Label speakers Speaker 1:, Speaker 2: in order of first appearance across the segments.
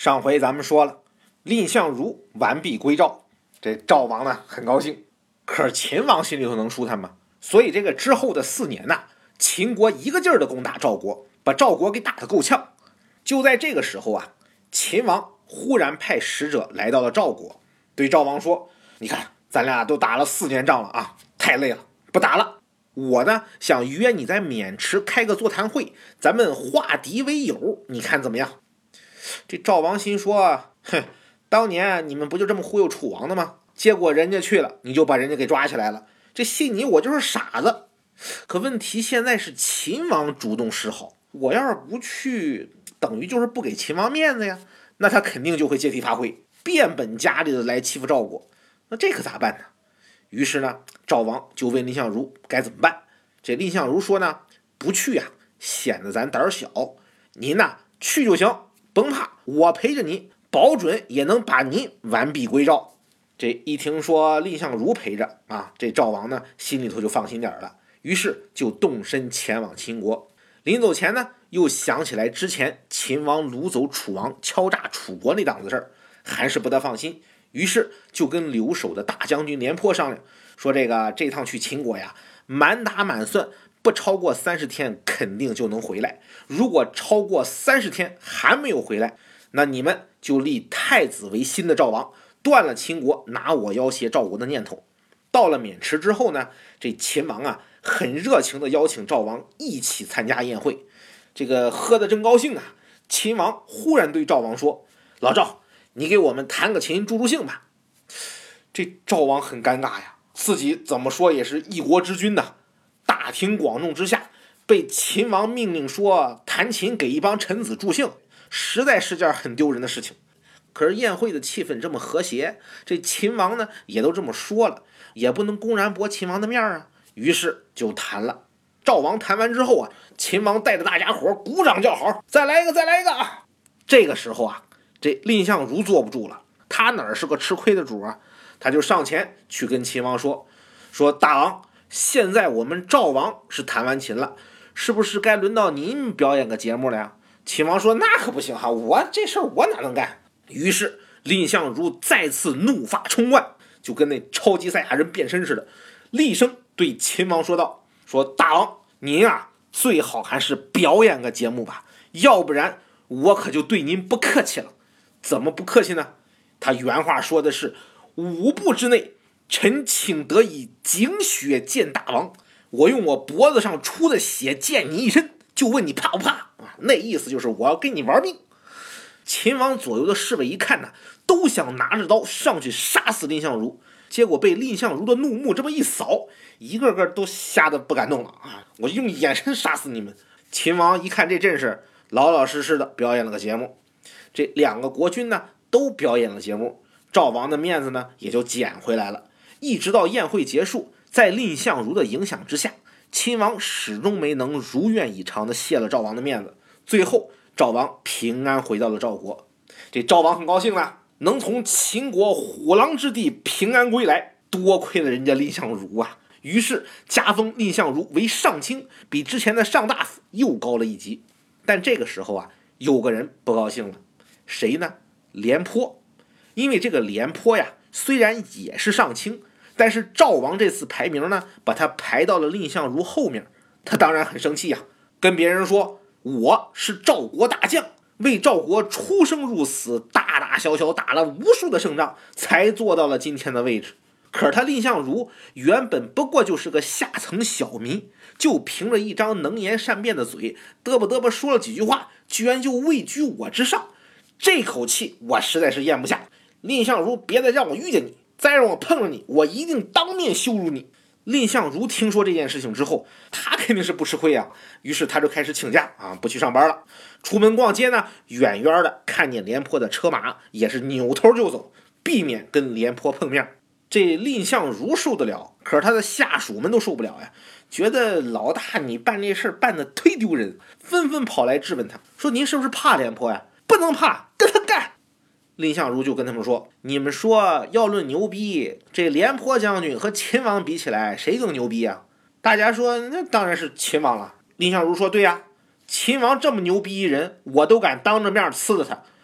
Speaker 1: 上回咱们说了，蔺相如完璧归赵，这赵王呢很高兴，可是秦王心里头能输他吗？所以这个之后的4年呐，秦国一个劲儿的攻打赵国，把赵国给打得够呛。就在这个时候啊，秦王忽然派使者来到了赵国，对赵王说：“你看，咱俩都打了4年仗了啊，太累了，不打了。我呢想约你在渑池开个座谈会，咱们化敌为友，你看怎么样？”这赵王心说：“哼，当年你们不就这么忽悠楚王的吗？结果人家去了，你就把人家给抓起来了。这信你我就是傻子。可问题现在是秦王主动示好，我要是不去，等于就是不给秦王面子呀。那他肯定就会借题发挥，变本加厉的来欺负赵国。那这可咋办呢？”于是呢，赵王就问蔺相如该怎么办。这蔺相如说呢：“不去呀，显得咱胆小。您呢去就行。甭怕，我陪着你，保准也能把您完璧归赵。”这一听说蔺相如陪着啊，这赵王呢心里头就放心点了，于是就动身前往秦国。临走前呢，又想起来之前秦王掳走楚王，敲诈楚国那档子事儿，还是不大放心，于是就跟留守的大将军廉颇商量，说这趟去秦国呀，满打满算不超过30天肯定就能回来，如果超过30天还没有回来，那你们就立太子为新的赵王，断了秦国拿我要挟赵国的念头。到了渑池之后呢，这秦王啊很热情的邀请赵王一起参加宴会。这个喝得正高兴啊，秦王忽然对赵王说：“老赵，你给我们弹个琴助助兴吧。”这赵王很尴尬呀，自己怎么说也是一国之君呐，大庭广众之下被秦王命令说弹琴给一帮臣子助兴，实在是件很丢人的事情。可是宴会的气氛这么和谐，这秦王呢也都这么说了，也不能公然驳秦王的面啊，于是就弹了。赵王弹完之后啊，秦王带着大家伙鼓掌叫好，再来一个，再来一个啊！这个时候啊，这蔺相如坐不住了，他哪是个吃亏的主啊？他就上前去跟秦王说：“大王，现在我们赵王是弹完琴了，是不是该轮到您表演个节目了呀？”秦王说：“那可不行哈，我这事儿我哪能干？”于是蔺相如再次怒发冲冠，就跟那超级赛亚人变身似的，厉声对秦王说道：“大王，您啊最好还是表演个节目吧，要不然我可就对您不客气了。”怎么不客气呢？他原话说的是：“5步之内，臣请得以井血溅大王，我用我脖子上出的血溅你一身，就问你怕不怕啊？”那意思就是我要跟你玩命。秦王左右的侍卫一看呢，都想拿着刀上去杀死蔺相如，结果被蔺相如的怒目这么一扫，一个个都吓得不敢动了啊！我用眼神杀死你们！秦王一看这阵势，老老实实的表演了个节目。这2个国君呢都表演了节目，赵王的面子呢也就捡回来了。一直到宴会结束，在蔺相如的影响之下，秦王始终没能如愿以偿的谢了赵王的面子。最后赵王平安回到了赵国，这赵王很高兴了，能从秦国虎狼之地平安归来，多亏了人家蔺相如啊！于是加封蔺相如为上卿，比之前的上大夫又高了一级。但这个时候啊，有个人不高兴了，谁呢？廉颇。因为这个廉颇呀，虽然也是上卿，但是赵王这次排名呢，把他排到了蔺相如后面，他当然很生气呀，跟别人说：“我是赵国大将，为赵国出生入死，大大小小打了无数的胜仗，才做到了今天的位置。”可是他蔺相如原本不过就是个下层小民，就凭着一张能言善辩的嘴，嘚啵嘚啵说了几句话，居然就位居我之上，这口气我实在是咽不下。蔺相如，别再让我遇见你，再让我碰着你，我一定当面羞辱你。蔺相如听说这件事情之后，他肯定是不吃亏啊，于是他就开始请假啊，不去上班了。出门逛街呢，远远的看见廉颇的车马，也是扭头就走，避免跟廉颇碰面。这蔺相如受得了，可是他的下属们都受不了呀，觉得老大你办这事办得忒丢人，纷纷跑来质问他，说：“您是不是怕廉颇呀？不能怕，跟他干！”蔺相如就跟他们说：“你们说要论牛逼，这廉颇将军和秦王比起来，谁更牛逼啊？”大家说：“那当然是秦王了。”蔺相如说：“对呀，秦王这么牛逼一人，我都敢当着面呲了他，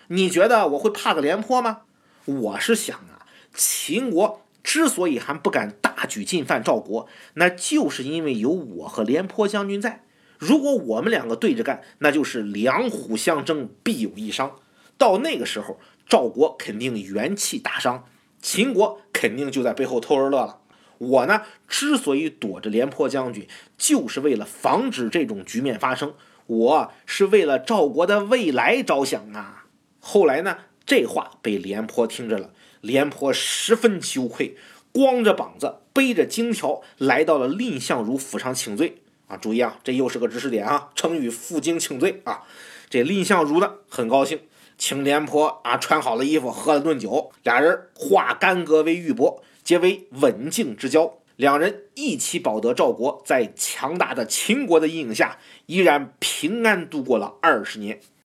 Speaker 1: 你觉得我会怕个廉颇吗？我是想啊，秦国之所以还不敢大举进犯赵国，那就是因为有我和廉颇将军在。如果我们两个对着干，那就是两虎相争，必有一伤。到那个时候，赵国肯定元气大伤，秦国肯定就在背后偷着乐了。我呢，之所以躲着廉颇将军，就是为了防止这种局面发生。我是为了赵国的未来着想啊。后来呢，这话被廉颇听着了，廉颇十分羞愧，光着膀子背着荆条来到了蔺相如府上请罪啊。注意啊，这又是个知识点啊，成语负荆请罪啊。这蔺相如呢很高兴，请廉颇啊穿好了衣服，喝了顿酒，俩人化干戈为玉帛，结为刎颈之交。两人一起保得赵国在强大的秦国的阴影下，依然平安度过了20年。